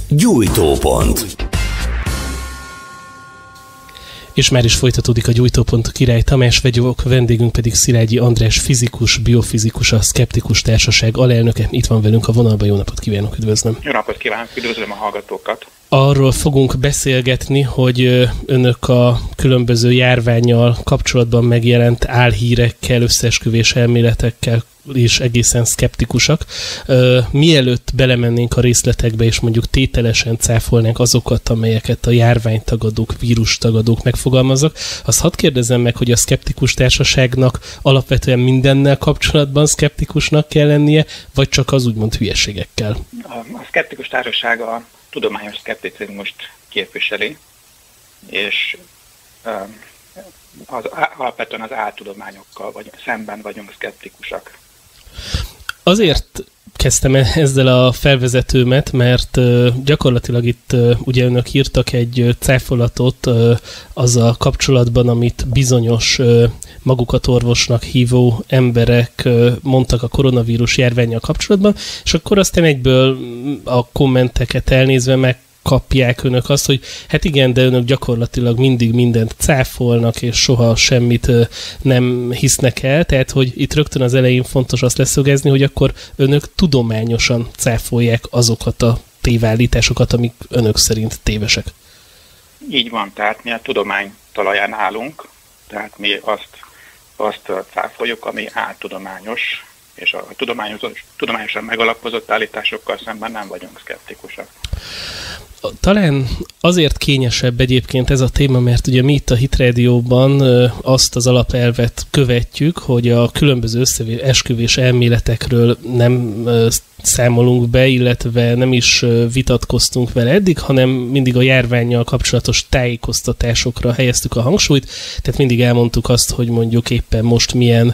Gyújtópont. És már is folytatódik a Gyújtópont. Király Tamás vagyok, vendégünk pedig Szilágyi András fizikus, biofizikus, a Szkeptikus Társaság alelnöke. Itt van velünk a vonalban. Jó napot kívánok, üdvözlöm! Jó napot kívánok, üdvözlöm a hallgatókat! Arról fogunk beszélgetni, hogy önök a különböző járvánnyal kapcsolatban megjelent álhírekkel, összeesküvés elméletekkel is egészen szkeptikusak. Mielőtt belemennénk a részletekbe, és mondjuk tételesen cáfolnánk azokat, amelyeket a járványtagadók, vírustagadók megfogalmaznak, azt hadd kérdezzem meg, hogy a Szkeptikus Társaságnak alapvetően mindennel kapcsolatban szkeptikusnak kell lennie, vagy csak az úgymond hülyeségekkel? A Szkeptikus Társaság a tudományos szkepticizmust képviseli, és alapvetően az áltudományokkal szemben vagyunk szkeptikusak. Azért kezdtem ezzel a felvezetőmet, mert gyakorlatilag itt ugye önök írtak egy cáfolatot azzal kapcsolatban, amit bizonyos magukat orvosnak hívó emberek mondtak a koronavírus járvánnyal kapcsolatban, és akkor aztán egyből a kommenteket elnézve megkapják önök azt, hogy hát igen, de önök gyakorlatilag mindig mindent cáfolnak, és soha semmit nem hisznek el, tehát hogy itt rögtön az elején fontos azt leszögezni, hogy akkor önök tudományosan cáfolják azokat a tévállításokat, amik önök szerint tévesek. Így van, tehát mi a tudomány talaján állunk, tehát mi azt cáfoljuk, ami áltudományos, és a tudományosan megalapozott állításokkal szemben nem vagyunk szkeptikusak. Talán azért kényesebb egyébként ez a téma, mert ugye mi itt a Hit Rádióban azt az alapelvet követjük, hogy a különböző összeesküvés elméletekről nem számolunk be, illetve nem is vitatkoztunk vele eddig, hanem mindig a járvánnyal kapcsolatos tájékoztatásokra helyeztük a hangsúlyt, tehát mindig elmondtuk azt, hogy mondjuk éppen most milyen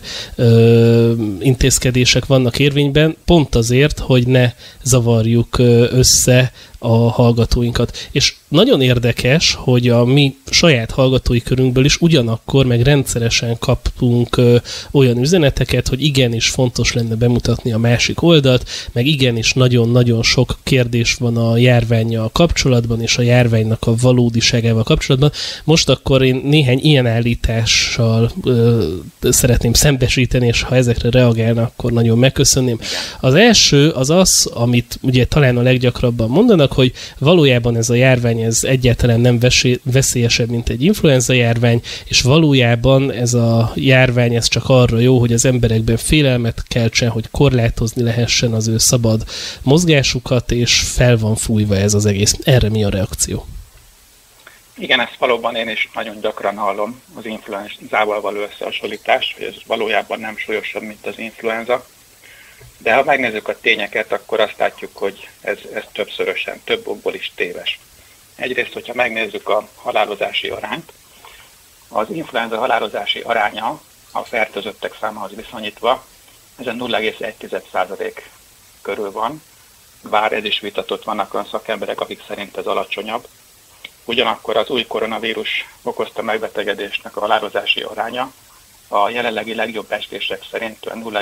intézkedések vannak érvényben, pont azért, hogy ne zavarjuk össze a hallgatóinkat. És nagyon érdekes, hogy a mi saját hallgatói körünkből is ugyanakkor meg rendszeresen kapunk olyan üzeneteket, hogy igenis fontos lenne bemutatni a másik oldalt, meg igenis nagyon-nagyon sok kérdés van a járvánnyal kapcsolatban, és a járványnak a valódiságával kapcsolatban. Most akkor én néhány ilyen állítással szeretném szembesíteni, és ha ezekre reagálna, akkor nagyon megköszönném. Az első az, amit ugye talán a leggyakrabban mondanak, hogy valójában ez a járvány ez egyáltalán nem veszélyesebb, mint egy influenza járvány, és valójában ez a járvány ez csak arra jó, hogy az emberekben félelmet keltsen, hogy korlátozni lehessen az ő szabad mozgásukat, és fel van fújva ez az egész. Erre mi a reakció? Igen, ezt valóban én is nagyon gyakran hallom, az influenzával való összehasonlítást, hogy ez valójában nem súlyosabb, mint az influenza. De ha megnézzük a tényeket, akkor azt látjuk, hogy ez többszörösen, több okból is téves. Egyrészt, hogyha megnézzük a halálozási arányt, az influenza halálozási aránya a fertőzöttek számához viszonyítva, ez 0,1% körül van, bár ez is vitatott, vannak olyan szakemberek, akik szerint ez alacsonyabb. Ugyanakkor az új koronavírus okozta megbetegedésnek a halálozási aránya a jelenlegi legjobb becslések szerint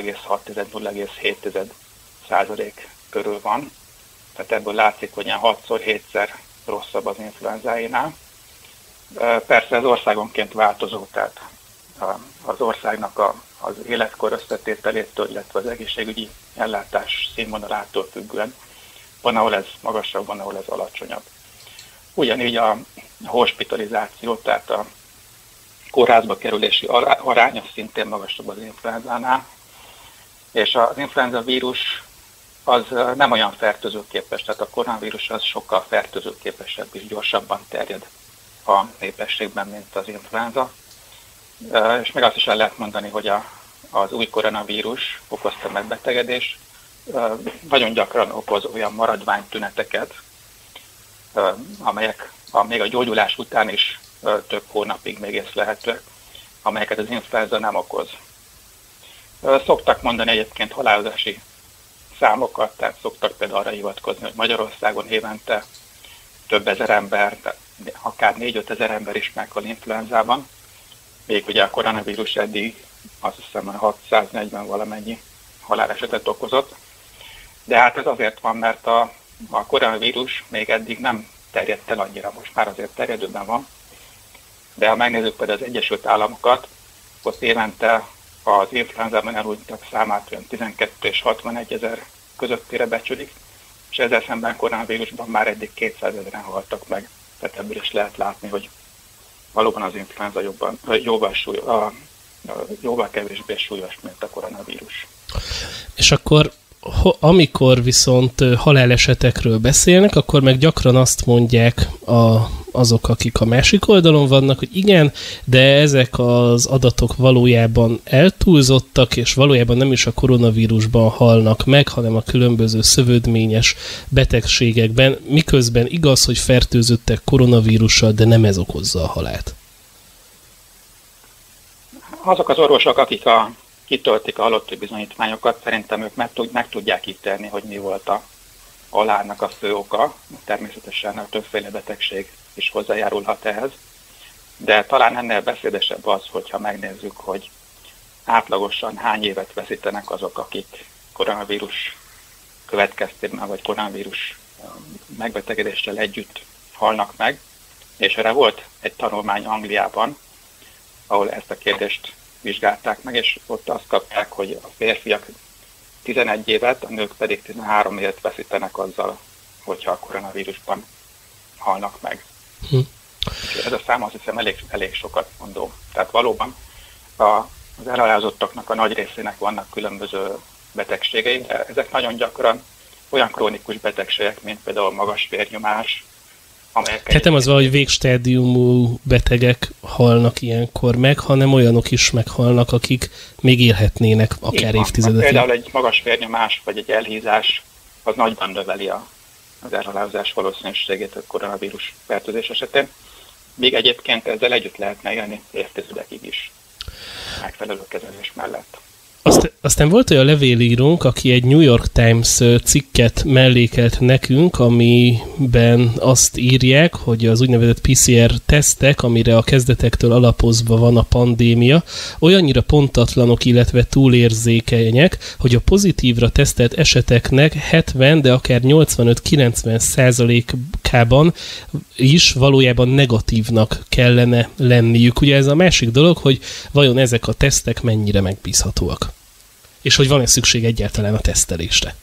0,6-0,7% körül van. Tehát ebből látszik, hogy ilyen 6-7-szer rosszabb az influenzáinál. Persze ez országonként változó, tehát az országnak az életkor összetételétől, illetve az egészségügyi ellátás színvonalától függően van, ahol ez magasabb, van, ahol ez alacsonyabb. Ugyanígy a hospitalizáció, tehát a kórházba kerülési aránya szintén magasabb az influenzánál, és az influenza vírus az nem olyan fertőzőképes, tehát a koronavírus az sokkal fertőzőképesebb és gyorsabban terjed a népességben, mint az influenza. És meg azt is el lehet mondani, hogy az új koronavírus okozta megbetegedés nagyon gyakran okoz olyan maradványtüneteket, amelyek még a gyógyulás után is több hónapig még észlelhetőek, amelyeket az influenza nem okoz. Szoktak mondani egyébként halálozási számokat, tehát szoktak például arra hivatkozni, hogy Magyarországon évente több ezer ember, tehát akár 4-5 ezer ember is meghal influenzában, még ugye a koronavírus eddig azt hiszem 640 valamennyi halálesetet okozott, de hát ez azért van, mert a koronavírus még eddig nem terjedt el annyira, most már azért terjedőben van, de ha megnézzük például az Egyesült Államokat, ott évente az influenzában elhunytak számát olyan 12 és 61 ezer közöttére becsülik, és ezzel szemben koronavírusban már eddig 200 ezeren haltak meg. Tehát ebből is lehet látni, hogy valóban az influenza jóval kevésbé súlyos, mint a koronavírus. És akkor amikor viszont halálesetekről beszélnek, akkor meg gyakran azt mondják azok, akik a másik oldalon vannak, hogy igen, de ezek az adatok valójában eltúlzottak, és valójában nem is a koronavírusban halnak meg, hanem a különböző szövődményes betegségekben, miközben igaz, hogy fertőzöttek koronavírussal, de nem ez okozza a halált. Azok az orvosok, akik kitöltik a halotti bizonyítványokat, szerintem ők meg tudják ítélni, hogy mi volt a halálnak a fő oka. Természetesen a többféle betegség is hozzájárulhat ehhez, de talán ennél beszédesebb az, hogyha megnézzük, hogy átlagosan hány évet veszítenek azok, akik koronavírus következtében, vagy koronavírus megbetegedéssel együtt halnak meg, és erre volt egy tanulmány Angliában, ahol ezt a kérdést vizsgálták meg, és ott azt kapták, hogy a férfiak 11 évet, a nők pedig 13 évet veszítenek azzal, hogyha a koronavírusban halnak meg. És ez a szám azt hiszem elég sokat mondó. Tehát valóban az elhalálozottaknak a nagy részének vannak különböző betegségei, de ezek nagyon gyakran olyan krónikus betegségek, mint például magas vérnyomás, tehát nem az valahogy végstádiumú betegek halnak ilyenkor meg, hanem olyanok is meghalnak, akik még élhetnének akár évtizedekig. Például egy magas vérnyomás vagy egy elhízás az nagyban növeli az elhalálozás valószínűségét a koronavírus fertőzés esetén, míg egyébként ezzel együtt lehetne élni évtizedekig is megfelelő kezelés mellett. Aztán volt olyan levélírónk, aki egy New York Times cikket mellékelt nekünk, amiben azt írják, hogy az úgynevezett PCR-tesztek, amire a kezdetektől alapozva van a pandémia, olyannyira pontatlanok, illetve túlérzékenyek, hogy a pozitívra tesztelt eseteknek 70, de akár 85-90%-ában is valójában negatívnak kellene lenniük. Ugye ez a másik dolog, hogy vajon ezek a tesztek mennyire megbízhatóak. És hogy van-e szükség egyáltalán a tesztelésre?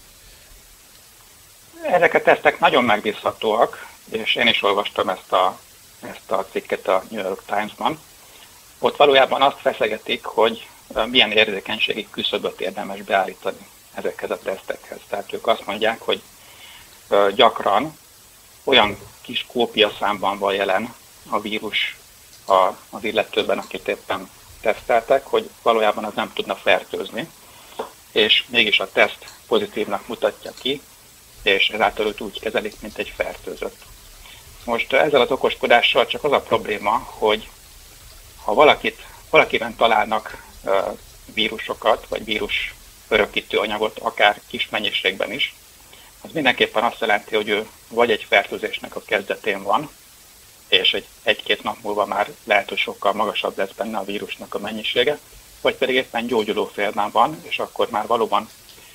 Ezek a tesztek nagyon megbízhatóak, és én is olvastam ezt a cikket a New York Times-ban. Ott valójában azt feszegetik, hogy milyen érzékenységi küszöböt érdemes beállítani ezekhez a tesztekhez. Tehát ők azt mondják, hogy gyakran olyan kis kópiaszámban van jelen a vírus az illetőben, akit éppen teszteltek, hogy valójában az nem tudna fertőzni, és mégis a teszt pozitívnak mutatja ki, és ezáltal őt úgy kezelik, mint egy fertőzött. Most ezzel az okoskodással csak az a probléma, hogy ha valakiben találnak vírusokat, vagy vírus örökítő anyagot, akár kis mennyiségben is, az mindenképpen azt jelenti, hogy ő vagy egy fertőzésnek a kezdetén van, és egy-két nap múlva már lehet, hogy sokkal magasabb lesz benne a vírusnak a mennyisége, vagy pedig éppen gyógyuló félben van, és akkor már valóban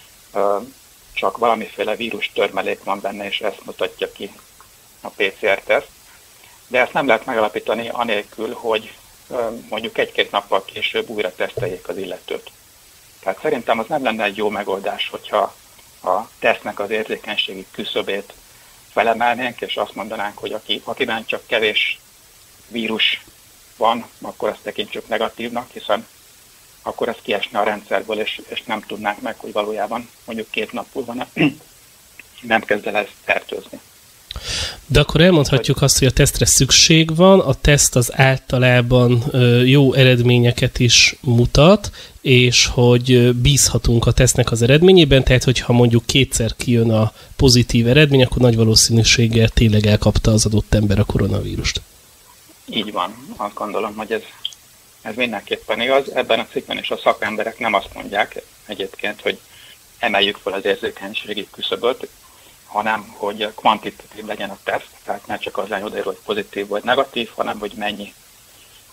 csak valamiféle vírus törmelék van benne, és ezt mutatja ki a PCR-teszt. De ezt nem lehet megalapítani anélkül, hogy mondjuk egy-két nappal később újra teszteljék az illetőt. Tehát szerintem az nem lenne egy jó megoldás, hogyha a tesztnek az érzékenységi küszöbét felemelnénk, és azt mondanánk, hogy akiben csak kevés vírus van, akkor azt tekintsük negatívnak, hiszen akkor ez kiesne a rendszerből, és nem tudnánk meg, hogy valójában mondjuk 2 nap múlva nem kezd el ezt fertőzni. De akkor elmondhatjuk azt, hogy a tesztre szükség van, a teszt az általában jó eredményeket is mutat, és hogy bízhatunk a tesztnek az eredményében, tehát hogyha mondjuk 2-szer kijön a pozitív eredmény, akkor nagy valószínűséggel tényleg elkapta az adott ember a koronavírust. Így van, azt gondolom, hogy ez mindenképpen igaz. Ebben a cikkben is a szakemberek nem azt mondják egyébként, hogy emeljük fel az érzékenységi küszöböt, hanem hogy kvantitatív legyen a teszt, tehát ne csak az legyen odaírva, hogy pozitív vagy negatív, hanem hogy mennyi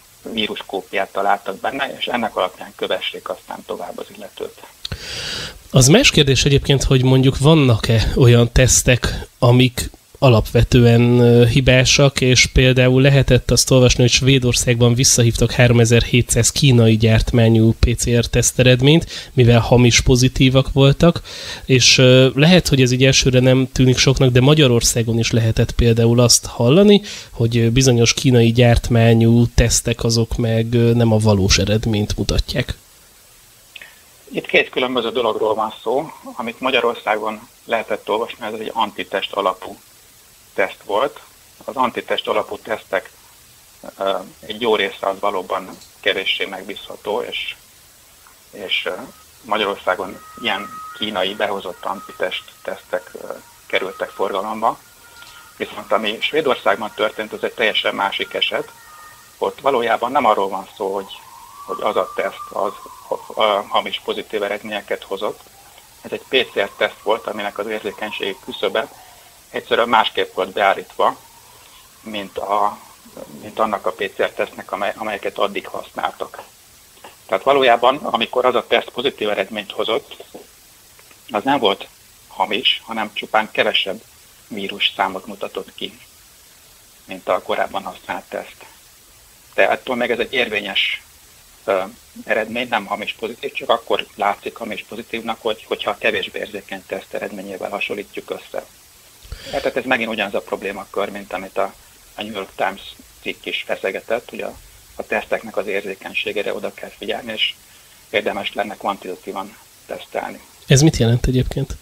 víruskópiát találtak benne, és ennek alapján kövessék aztán tovább az illetőt. Az más kérdés egyébként, hogy mondjuk vannak-e olyan tesztek, amik alapvetően hibásak, és például lehetett azt olvasni, hogy Svédországban visszahívtak 3700 kínai gyártmányú PCR-teszt eredményt, mivel hamis pozitívak voltak, és lehet, hogy ez így elsőre nem tűnik soknak, de Magyarországon is lehetett például azt hallani, hogy bizonyos kínai gyártmányú tesztek azok meg nem a valós eredményt mutatják. Itt két különböző dologról van szó, amit Magyarországon lehetett olvasni, ez egy antitest alapú teszt volt. Az antitest alapú tesztek egy jó része az valóban kevéssé megbízható, és Magyarországon ilyen kínai behozott antitest tesztek kerültek forgalomba. Viszont ami Svédországban történt, az egy teljesen másik eset. Ott valójában nem arról van szó, hogy az a teszt az hamis pozitív eredményeket hozott. Ez egy PCR-teszt volt, aminek az érzékenységi küszöbe egyszerűen másképp volt beállítva, mint annak a PCR-tesztnek, amelyeket addig használtak. Tehát valójában, amikor az a teszt pozitív eredményt hozott, az nem volt hamis, hanem csupán kevesebb vírus számot mutatott ki, mint a korábban használt teszt. De ettől meg ez egy érvényes eredmény, nem hamis pozitív, csak akkor látszik hamis pozitívnak, hogyha a kevésbé érzékeny teszt eredményével hasonlítjuk össze. Tehát ez megint ugyanaz a problémakör, mint amit a New York Times cikk is feszegetett, hogy a teszteknek az érzékenységére oda kell figyelni, és érdemes lenne kvantitatívan tesztelni. Ez mit jelent egyébként?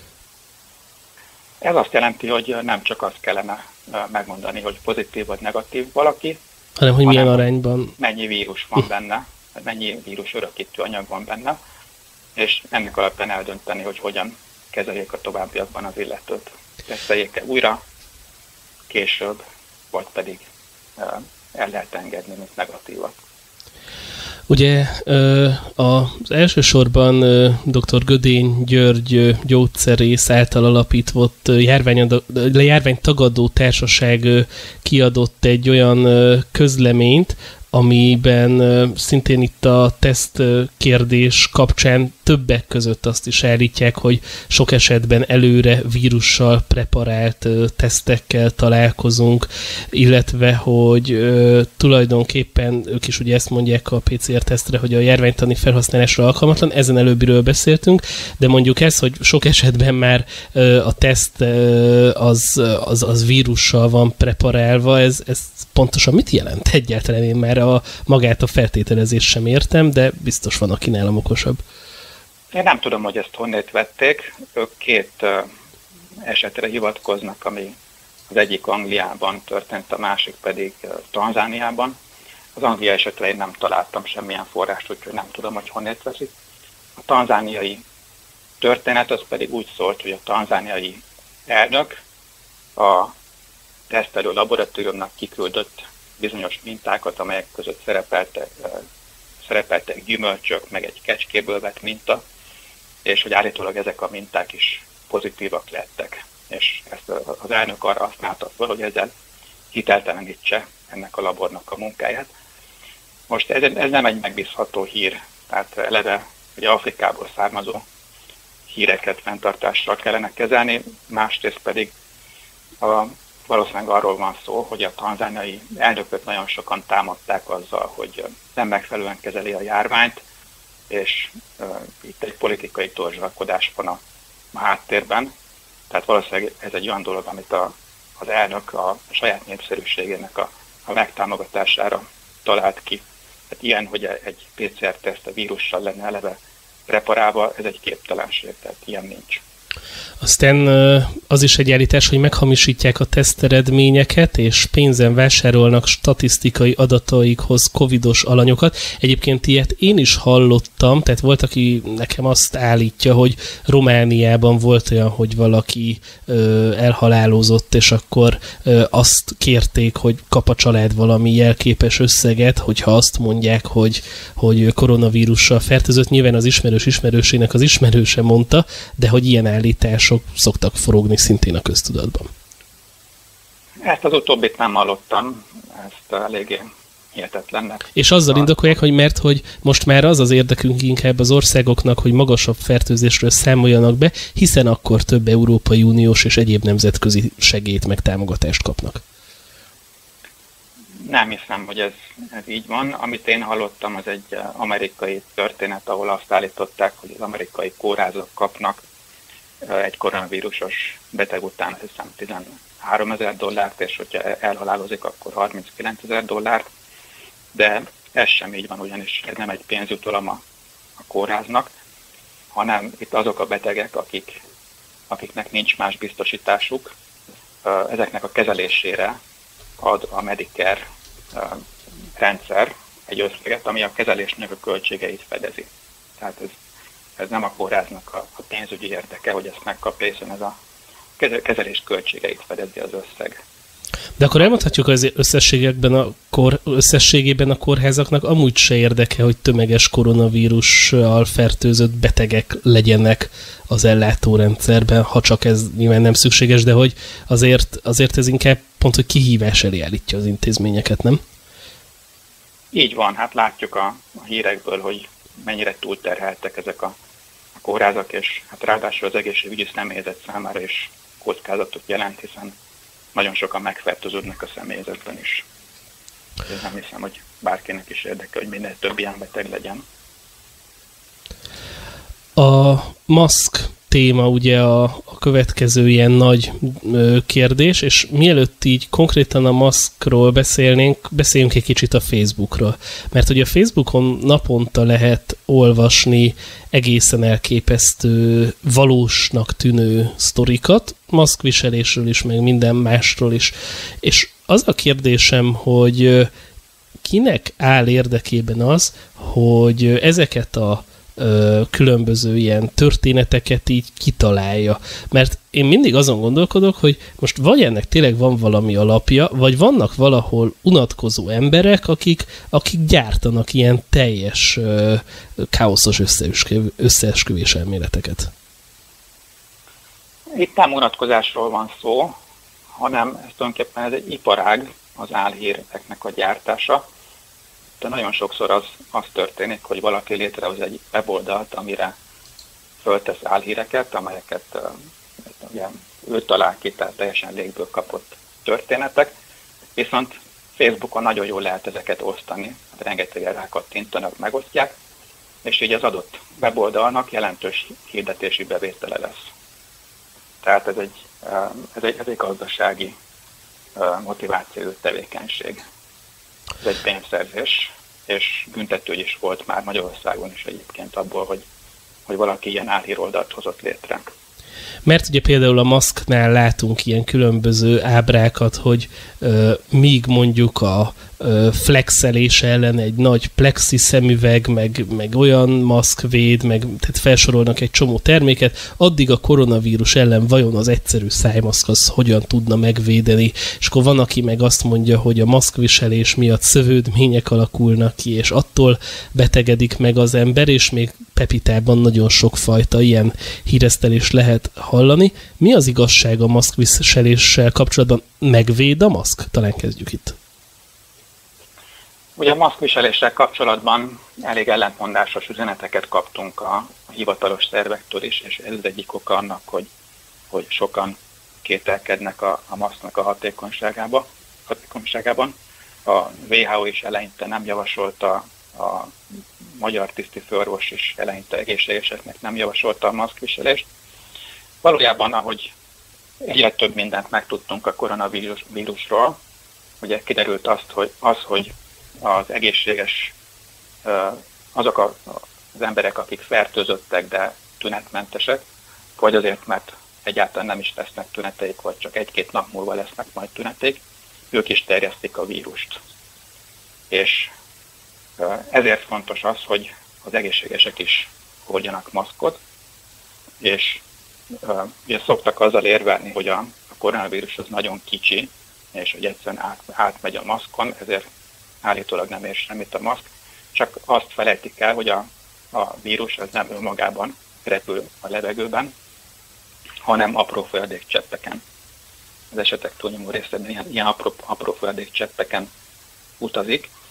Ez azt jelenti, hogy nem csak azt kellene megmondani, hogy pozitív vagy negatív valaki, hanem hogy milyen arányban. Mennyi vírus van benne, mennyi vírus örökítő anyag van benne, és ennek alapján eldönteni, hogy hogyan kezeljék a továbbiakban az illetőt. Teszteljék-e újra, később, vagy pedig el lehet engedni, mint negatívat. Ugye az elsősorban dr. Gödény György gyógyszerész által alapított járványtagadó társaság kiadott egy olyan közleményt, amiben szintén itt a teszt kérdés kapcsán többek között azt is állítják, hogy sok esetben előre vírussal preparált tesztekkel találkozunk, illetve hogy tulajdonképpen ők is ugye ezt mondják a PCR-tesztre, hogy a járványtani felhasználásra alkalmatlan, ezen előbbiről beszéltünk, de mondjuk ez, hogy sok esetben már a teszt az vírussal van preparálva, ez pontosan mit jelent egyáltalán? Én már magát a feltételezést sem értem, de biztos van, aki nálam okosabb. Én nem tudom, hogy ezt honnét vették. Ők két esetre hivatkoznak, ami az egyik Angliában történt, a másik pedig Tanzániában. Az Anglia esetre én nem találtam semmilyen forrást, úgyhogy nem tudom, hogy honnét veszik. A tanzániai történet az pedig úgy szólt, hogy a tanzániai elnök a tesztelő laboratóriumnak kiküldött bizonyos mintákat, amelyek között szerepeltek gyümölcsök, meg egy kecskéből vett minta, és hogy állítólag ezek a minták is pozitívak lettek. És ezt az elnök arra használta fel, hogy ezzel hiteltelenítse ennek a labornak a munkáját. Most ez nem egy megbízható hír, tehát eleve, hogy Afrikából származó híreket fenntartással kellene kezelni, másrészt pedig valószínűleg arról van szó, hogy a tanzániai elnököt nagyon sokan támadták azzal, hogy nem megfelelően kezeli a járványt, és itt egy politikai torzsalkodás van a háttérben. Tehát valószínűleg ez egy olyan dolog, amit az elnök a saját népszerűségének a megtámogatására talált ki. Tehát ilyen, hogy egy PCR-teszt a vírussal lenne eleve preparálva, ez egy képtelenség, tehát ilyen nincs. Aztán az is egy állítás, hogy meghamisítják a teszteredményeket, és pénzen vásárolnak statisztikai adataikhoz covidos alanyokat. Egyébként ilyet én is hallottam, tehát volt, aki nekem azt állítja, hogy Romániában volt olyan, hogy valaki elhalálozott, és akkor azt kérték, hogy kap a család valami jelképes összeget, hogyha azt mondják, hogy koronavírussal fertőzött. Nyilván az ismerősének az ismerőse mondta, de hogy ilyen állítások szoktak forogni szintén a köztudatban. Ezt az utóbbit nem hallottam, ezt eléggé hihetetlennek. És azzal indokolják, hogy mert hogy most már az az érdekünk inkább az országoknak, hogy magasabb fertőzésről számoljanak be, hiszen akkor több Európai Uniós és egyéb nemzetközi segélyt meg támogatást kapnak. Nem hiszem, hogy ez így van. Amit én hallottam, az egy amerikai történet, ahol azt állították, hogy az amerikai kórházak kapnak egy koronavírusos beteg után, hiszem, $13,000, és hogyha elhalálozik, akkor $39,000. De ez sem így van, ugyanis ez nem egy pénzjutalom a kórháznak, hanem itt azok a betegek, akiknek nincs más biztosításuk, ezeknek a kezelésére ad a Medicare rendszer egy összeget, ami a kezelésnek a költségeit fedezi. Tehát ez nem a kórháznak a pénzügyi érdeke, hogy ezt megkapja, hiszen ez a kezelés költségeit fedezi az összeg. De akkor elmondhatjuk, hogy az összességében a kórházaknak amúgy se érdeke, hogy tömeges koronavírussal fertőzött betegek legyenek az ellátórendszerben, ha csak ez nyilván nem szükséges, de hogy azért ez inkább pont, hogy kihívás elé állítja az intézményeket, nem? Így van, hát látjuk a hírekből, hogy mennyire túlterheltek ezek a kórházak, és hát ráadásul az egészségügyi személyzet számára is kockázatot jelent, hiszen nagyon sokan megfertőződnek a személyzetben is. Én nem hiszem, hogy bárkinek is érdeke, hogy minél több ilyen beteg legyen. A maszk téma ugye a következő ilyen nagy kérdés, és mielőtt így konkrétan a maszkról beszéljünk egy kicsit a Facebookról. Mert ugye a Facebookon naponta lehet olvasni egészen elképesztő, valósnak tűnő sztorikat, maszkviselésről is, meg minden másról is. És az a kérdésem, hogy kinek áll érdekében az, hogy ezeket a különböző ilyen történeteket így kitalálja. Mert én mindig azon gondolkodok, hogy most vagy ennek tényleg van valami alapja, vagy vannak valahol unatkozó emberek, akik gyártanak ilyen teljes káoszos összeesküvés elméleteket. Itt nem unatkozásról van szó, hanem ez tulajdonképpen ez egy iparág, az álhíreknek a gyártása. De nagyon sokszor az történik, hogy valaki létrehoz egy weboldalt, amire föltesz álhíreket, amelyeket ugye, ő talál ki, tehát teljesen légből kapott történetek, viszont Facebookon nagyon jól lehet ezeket osztani, rengetegen rákattintanak, megosztják, és így az adott weboldalnak jelentős hirdetési bevétele lesz. Tehát ez egy gazdasági motivációjú tevékenység. Ez egy pénzszerzés, és büntető is volt már Magyarországon is egyébként abból, hogy valaki ilyen álhíroldalt hozott létre. Mert ugye például a maszknál látunk ilyen különböző ábrákat, hogy míg mondjuk a flexelés ellen egy nagy plexi szemüveg, meg olyan maszkvéd, tehát felsorolnak egy csomó terméket, addig a koronavírus ellen vajon az egyszerű szájmaszk az hogyan tudna megvédeni, és akkor van, aki meg azt mondja, hogy a maszkviselés miatt szövődmények alakulnak ki, és attól betegedik meg az ember, és még Pepitában nagyon sokfajta ilyen híresztelés lehet hallani. Mi az igazság a maszkviseléssel kapcsolatban? Megvéd a maszk? Talán kezdjük itt. Ugye a maszkviseléssel kapcsolatban elég ellentmondásos üzeneteket kaptunk a hivatalos szervektől is, és ez egyik oka annak, hogy sokan kételkednek a maszknak a hatékonyságában. A WHO is eleinte nem javasolta, a magyar tisztifőorvos is eleinte egészségeseknek nem javasolta a maszkviselést. Valójában, ahogy egyre több mindent megtudtunk a koronavírusról, ugye kiderült hogy az egészséges, azok az emberek, akik fertőzöttek, de tünetmentesek, vagy azért, mert egyáltalán nem is lesznek tüneteik, vagy csak egy-két nap múlva lesznek majd tüneteik, ők is terjesztik a vírust. És ezért fontos az, hogy az egészségesek is hordjanak maszkot, és ugye szoktak azzal érvelni, hogy a koronavírus az nagyon kicsi, és hogy egyszerűen átmegy a maszkon, ezért állítólag nem ér semmit a maszk, csak azt felejtik el, hogy a vírus az nem önmagában repül a levegőben, hanem apró folyadékcseppeken. Az esetek túlnyomó részében ilyen apró folyadékcseppeken utazik,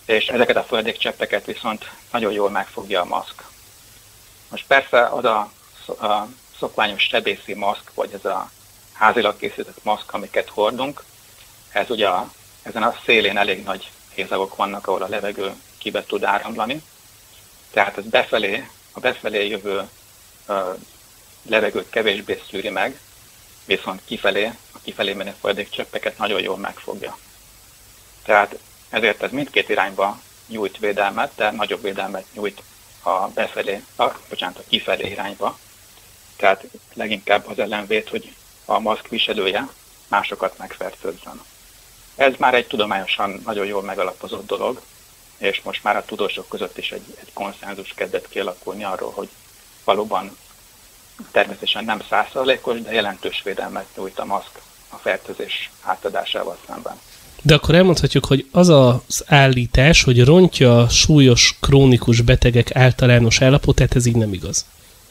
és ezeket a földékcseppeket viszont nagyon jól megfogja a maszk. Most persze az a szokványos sebészi maszk, vagy ez a házilag készített maszk, amiket hordunk, ez ugye ezen a szélén elég nagy hézagok vannak, ahol a levegő kibe tud áramlani. Tehát ez a befelé jövő levegőt kevésbé szűri meg, viszont a kifelé menő földékcseppeket nagyon jól megfogja. Tehát ezért ez mindkét irányba nyújt védelmet, de nagyobb védelmet nyújt a kifelé irányba. Tehát leginkább az ellen véd, hogy a maszk viselője másokat megfertőzzön. Ez már egy tudományosan nagyon jól megalapozott dolog, és most már a tudósok között is egy konszenzus kezdett kialakulni arról, hogy valóban természetesen nem 100%-os, de jelentős védelmet nyújt a maszk a fertőzés átadásával szemben. De akkor elmondhatjuk, hogy az az állítás, hogy rontja a súlyos, krónikus betegek általános állapotát, ez így nem igaz.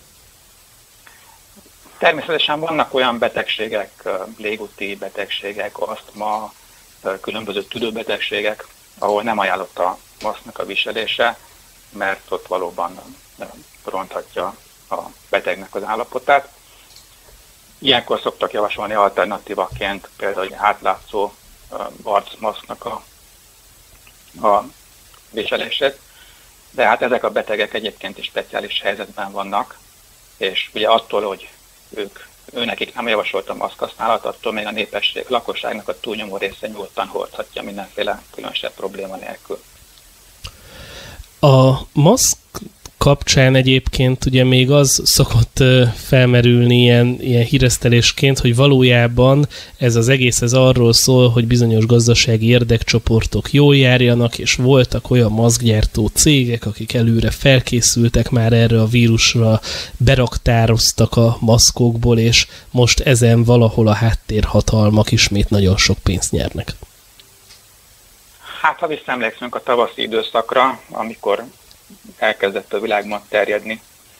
Természetesen vannak olyan betegségek, légúti betegségek, asztma, különböző tüdőbetegségek, ahol nem ajánlott a maszknak a viselése, mert ott valóban ronthatja a betegnek az állapotát. Ilyenkor szoktak javasolni alternatívaként például egy átlátszó arcmaszknak a viselését, de hát ezek a betegek egyébként is speciális helyzetben vannak, és ugye attól, hogy őnekik nem javasolt a maszk használat, attól még a lakosságnak a túlnyomó része nyugodtan hordhatja mindenféle különösebb probléma nélkül. A maszk kapcsán egyébként ugye még az szokott felmerülni ilyen híresztelésként, hogy valójában ez az egész arról szól, hogy bizonyos gazdasági érdekcsoportok jól járjanak, és voltak olyan maszkgyártó cégek, akik előre felkészültek már erre a vírusra, beraktároztak a maszkokból, és most ezen valahol a háttérhatalmak ismét nagyon sok pénzt nyernek. Hát, ha visszaemlékszünk a tavaszi időszakra, amikor elkezdett a világban terjedni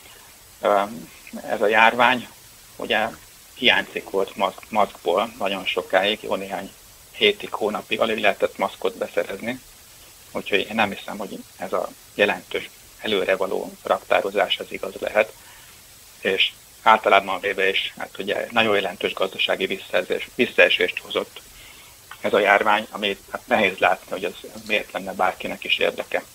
ez a járvány, ugye hiányzik volt maszkból nagyon sokáig, jó néhány hétig, hónapig alig lehetett maszkot beszerezni, úgyhogy én nem hiszem, hogy ez a jelentős előrevaló raktározás az igaz lehet, és általában véve is hát ugye nagyon jelentős gazdasági visszaesést hozott ez a járvány, amit hát nehéz látni, hogy ez miért lenne bárkinek is érdeke.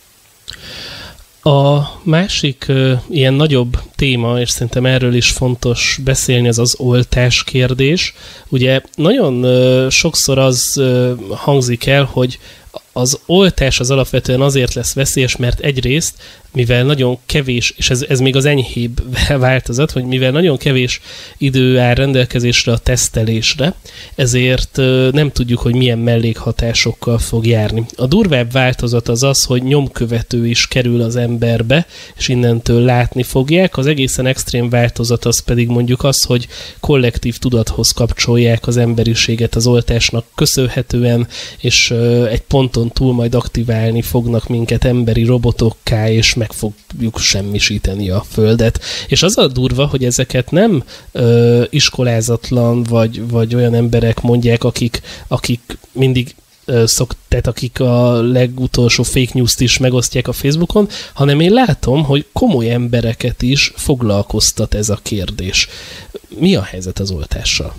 A másik ilyen nagyobb téma, és szerintem erről is fontos beszélni, az oltás kérdés. Ugye nagyon sokszor az hangzik el, hogy az oltás az alapvetően azért lesz veszélyes, mert egyrészt, mivel nagyon kevés, és ez még az enyhébb változat, hogy mivel nagyon kevés idő áll rendelkezésre a tesztelésre, ezért nem tudjuk, hogy milyen mellékhatásokkal fog járni. A durvább változat az az, hogy nyomkövető is kerül az emberbe, és innentől látni fogják. Az egészen extrém változat az pedig mondjuk az, hogy kollektív tudathoz kapcsolják az emberiséget az oltásnak köszönhetően, és egy ponton túl majd aktiválni fognak minket emberi robotokká, és meg fogjuk semmisíteni a Földet. És az a durva, hogy ezeket nem iskolázatlan, vagy olyan emberek mondják, akik mindig tehát akik a legutolsó fake news-t is megosztják a Facebookon, hanem én látom, hogy komoly embereket is foglalkoztat ez a kérdés. Mi a helyzet az oltással?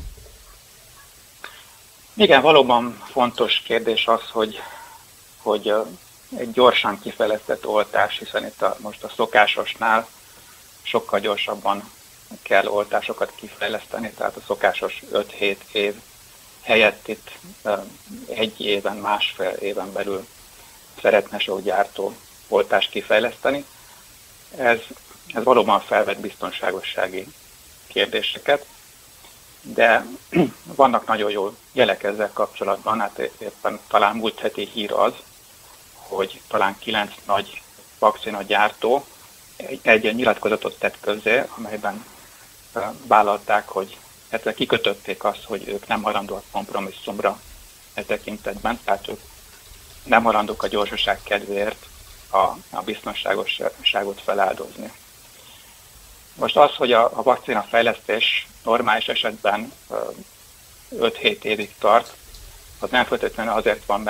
Igen, valóban fontos kérdés az, hogy egy gyorsan kifejlesztett oltás, hiszen itt most a szokásosnál sokkal gyorsabban kell oltásokat kifejleszteni, tehát a szokásos 5-7 év helyett itt egy éven, másfél éven belül szeretne sok gyártó oltást kifejleszteni. Ez valóban felvet biztonságossági kérdéseket, de vannak nagyon jó jelek ezzel kapcsolatban, hát éppen talán múlt heti hír az, hogy talán 9 nagy vakcinagyártó egy nyilatkozatot tett közzé, amelyben vállalták, hogy kikötötték azt, hogy ők nem hajlandóak kompromisszumra e tekintetben, tehát ők nem hajlandók a gyorsaság kedvéért a biztonságosságot feláldozni. Most az, hogy a vakcina fejlesztés normális esetben 5-7 évig tart, az nem feltétlenül azért van, mert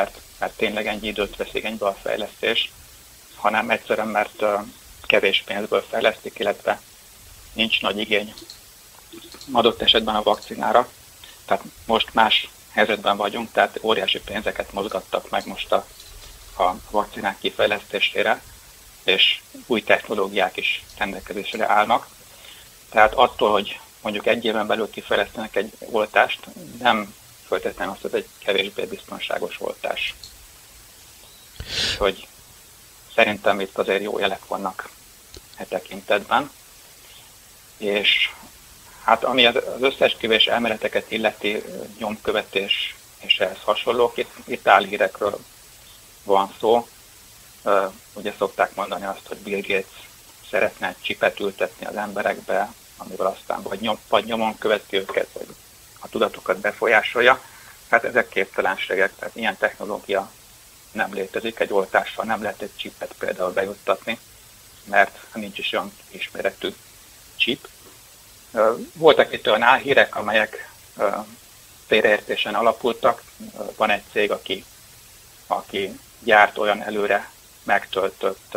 mert tényleg ennyi időt vesz igénybe a fejlesztés, hanem egyszerűen, mert kevés pénzből fejlesztik, illetve nincs nagy igény adott esetben a vakcinára. Tehát most más helyzetben vagyunk, tehát óriási pénzeket mozgattak meg most a vakcinák kifejlesztésére, és új technológiák is rendelkezésre állnak. Tehát attól, hogy mondjuk egy éven belül kifejlesztenek egy oltást, nem feltétlenül az egy kevésbé biztonságos oltás. Úgyhogy szerintem itt azért jó jelek vannak e tekintetben. És hát ami az összeesküvés elméleteket illeti, nyomkövetés és ehhez hasonlók, itt álhírekről van szó. Ugye szokták mondani azt, hogy Bill Gates szeretne egy csipet ültetni az emberekbe, amivel aztán vagy nyomon követi őket, vagy a tudatokat befolyásolja. Hát ezek képtelenségek, tehát ilyen technológia nem létezik, egy oltással nem lehet egy csipet például bejuttatni, mert nincs is olyan kisméretű csip. Voltak itt olyan álhírek, amelyek félreértésen alapultak. Van egy cég, aki gyárt olyan előre megtöltött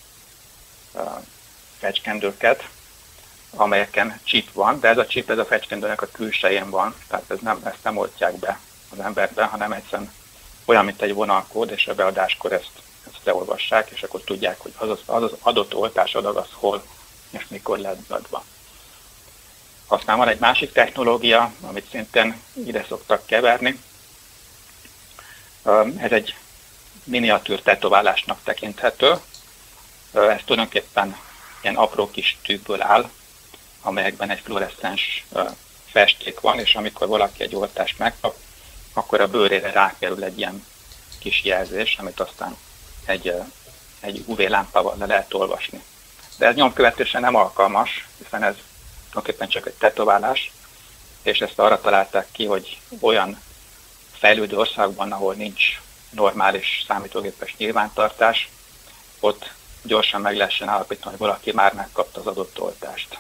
fecskendőket, amelyeken chip van, de ez a chip, ez a fecskendőnek a külsején van, tehát ezt nem oltják be az emberbe, hanem egyszerűen olyan, mint egy vonalkód, és a beadáskor ezt leolvassák, és akkor tudják, hogy az adott oltásadag az hol és mikor lett beadva. Aztán van egy másik technológia, amit szintén ide szoktak keverni. Ez egy miniatűr tetoválásnak tekinthető. Ez tulajdonképpen ilyen apró kis tűkből áll, amelyekben egy fluoreszcens festék van, és amikor valaki egy oltást megkap, akkor a bőrére rákerül egy ilyen kis jelzés, amit aztán egy UV lámpával le lehet olvasni. De ez nyomkövetésre nem alkalmas, hiszen ez tulajdonképpen csak egy tetoválás, és ezt arra találták ki, hogy olyan fejlődő országban, ahol nincs normális számítógépes nyilvántartás, ott gyorsan meg lehessen állapítani, hogy valaki már megkapta az adott oltást.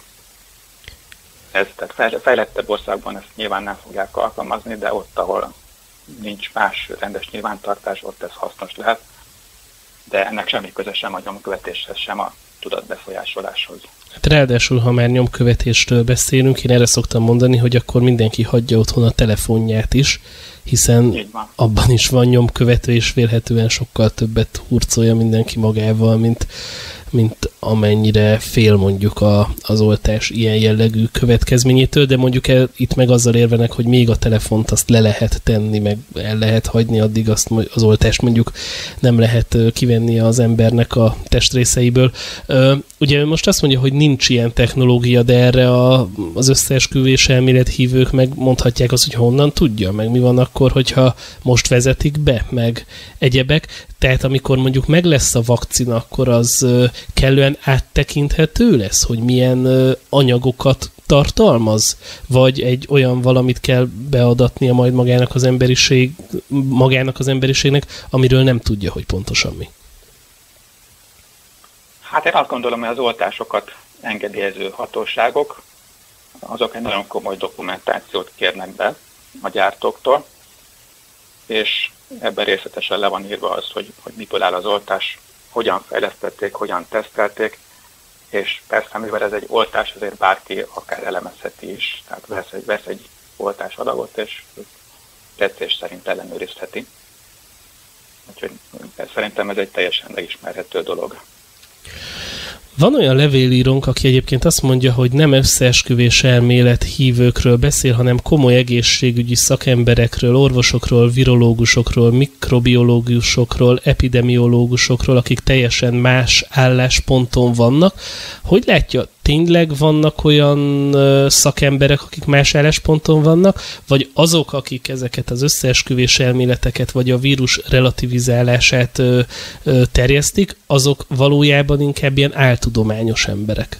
Tehát fejlettebb országban ezt nyilván nem fogják alkalmazni, de ott, ahol nincs más rendes nyilvántartás, ott ez hasznos lehet, de ennek semmi köze sem a nyomkövetéshez, sem a tudatbefolyásoláshoz. Hát ráadásul, ha már nyomkövetésről beszélünk, én erre szoktam mondani, hogy akkor mindenki hagyja otthon a telefonját is, hiszen abban is van nyomkövető, és vélhetően sokkal többet hurcolja mindenki magával, mint amennyire fél mondjuk az oltás ilyen jellegű következményétől, de mondjuk itt meg azzal érvenek, hogy még a telefont azt le lehet tenni, meg el lehet hagyni, addig azt az oltást mondjuk nem lehet kivenni az embernek a testrészeiből. Ugye most azt mondja, hogy nincs ilyen technológia, de erre az összeesküvés elmélet hívők meg mondhatják azt, hogy honnan tudja, meg mi van akkor, hogyha most vezetik be, meg egyebek. Tehát amikor mondjuk meg lesz a vakcina, akkor az kellően áttekinthető lesz, hogy milyen anyagokat tartalmaz? Vagy egy olyan valamit kell beadatnia majd magának az emberiségnek, amiről nem tudja, hogy pontosan mi? Hát én azt gondolom, hogy az oltásokat engedélyező hatóságok, azok egy nagyon komoly dokumentációt kérnek be a gyártóktól, és ebben részletesen le van írva az, hogy miből áll az oltás, hogyan fejlesztették, hogyan tesztelték, és persze, mivel ez egy oltás, azért bárki akár elemezheti is, tehát vesz egy oltásadagot, és tetszés szerint ellenőrizheti. Úgyhogy szerintem ez egy teljesen megismerhető dolog. Van olyan levélírónk, aki egyébként azt mondja, hogy nem összeesküvés elmélet hívőkről beszél, hanem komoly egészségügyi szakemberekről, orvosokról, virológusokról, mikrobiológusokról, epidemiológusokról, akik teljesen más állásponton vannak. Hogy látja, tényleg vannak olyan szakemberek, akik más állásponton vannak, vagy azok, akik ezeket az összeesküvés elméleteket, vagy a vírus relativizálását terjesztik, azok valójában inkább ilyen áltudományos emberek?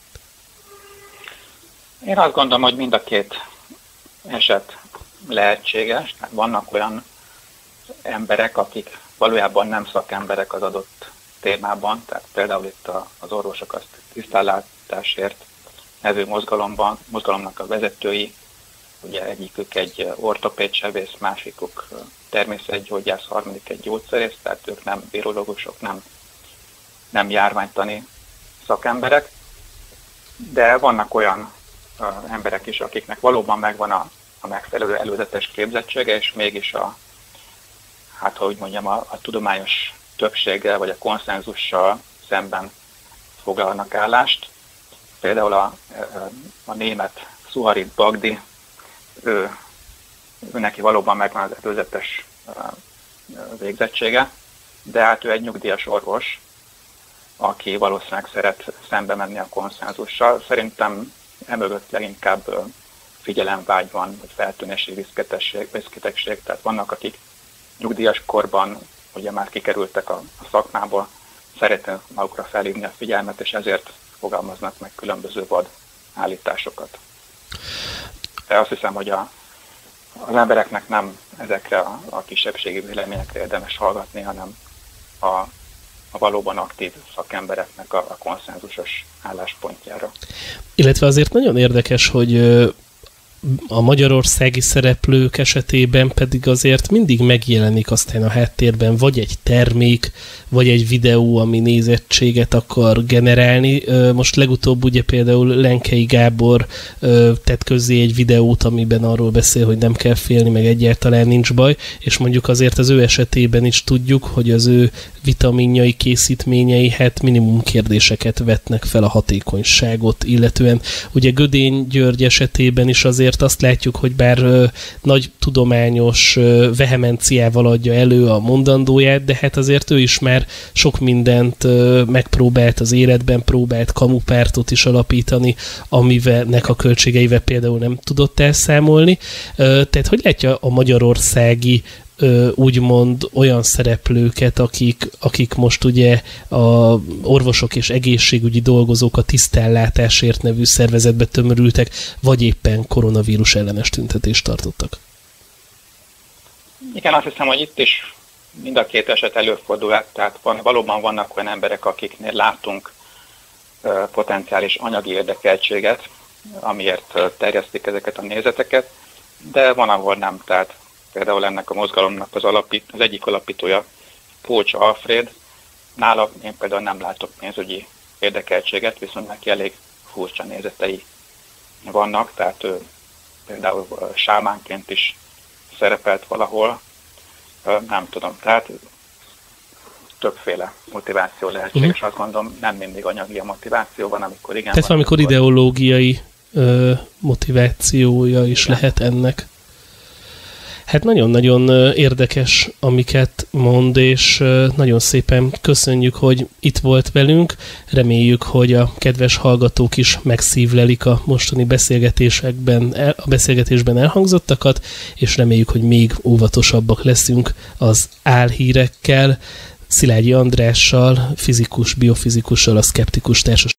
Én azt gondolom, hogy mind a két eset lehetséges. Vannak olyan emberek, akik valójában nem szakemberek az adott témában, tehát például itt az orvosok azt tisztánlátásért nevű mozgalomnak a vezetői ugye egyikük egy ortopédsebész, másikuk természetgyógyász, harmadik egy gyógyszerész, tehát ők nem virológusok, nem járványtani szakemberek, de vannak olyan emberek is, akiknek valóban megvan a megfelelő előzetes képzettsége, és mégis a tudományos többséggel vagy a konszenzussal szemben foglalnak állást. Például a német Suharit Bagdi, ő neki valóban megvan az előzetes végzettsége, de hát ő egy nyugdíjas orvos, aki valószínűleg szeret szembe menni a konszenzussal. Szerintem emögött leginkább figyelemvágy van, vagy feltűnési viszketegsség, tehát vannak, akik nyugdíjas korban ugye már kikerültek a szakmából, szeretnék magukra felhívni a figyelmet, és ezért fogalmaznak meg különböző vad állításokat. De azt hiszem, hogy az embereknek nem ezekre a kisebbségi véleményekre érdemes hallgatni, hanem a valóban aktív szakembereknek a konszenzusos álláspontjára. Illetve azért nagyon érdekes, hogy a magyarországi szereplők esetében pedig azért mindig megjelenik aztán a háttérben vagy egy termék, vagy egy videó, ami nézettséget akar generálni. Most legutóbb ugye például Lenkei Gábor tett közzé egy videót, amiben arról beszél, hogy nem kell félni, meg egyáltalán nincs baj, és mondjuk azért az ő esetében is tudjuk, hogy az ő vitaminjai, készítményei hát minimum kérdéseket vetnek fel a hatékonyságot, illetően ugye Gödény György esetében is azért azt látjuk, hogy bár nagy tudományos vehemenciával adja elő a mondandóját, de hát azért ő is már sok mindent megpróbált az életben, próbált kamupártot is alapítani, aminek a költségeivel például nem tudott elszámolni. Tehát hogy látja a magyarországi úgymond olyan szereplőket, akik most ugye a orvosok és egészségügyi dolgozók a Tisztánlátásért nevű szervezetbe tömörültek, vagy éppen koronavírus ellenes tüntetést tartottak? Igen, azt hiszem, hogy itt is mind a két eset előfordul, tehát valóban vannak olyan emberek, akiknél látunk potenciális anyagi érdekeltséget, amiért terjesztik ezeket a nézeteket, de van, ahol nem. Tehát például ennek a mozgalomnak az egyik alapítója, Pócs Alfréd, nála én például nem látok pénzügyi érdekeltséget, viszont neki elég furcsa nézetei vannak, tehát ő például sámánként is szerepelt valahol, nem tudom, tehát többféle motiváció lehetséges, azt gondolom, nem mindig anyagi a motiváció van, amikor igen. Tehát valamikor ideológiai motivációja is lehet ennek. Hát nagyon-nagyon érdekes, amiket mond, és nagyon szépen köszönjük, hogy itt volt velünk. Reméljük, hogy a kedves hallgatók is megszívlelik a mostani beszélgetésben elhangzottakat, és reméljük, hogy még óvatosabbak leszünk az álhírekkel. Szilágyi Andrással, biofizikussal, a Szkeptikus Társaság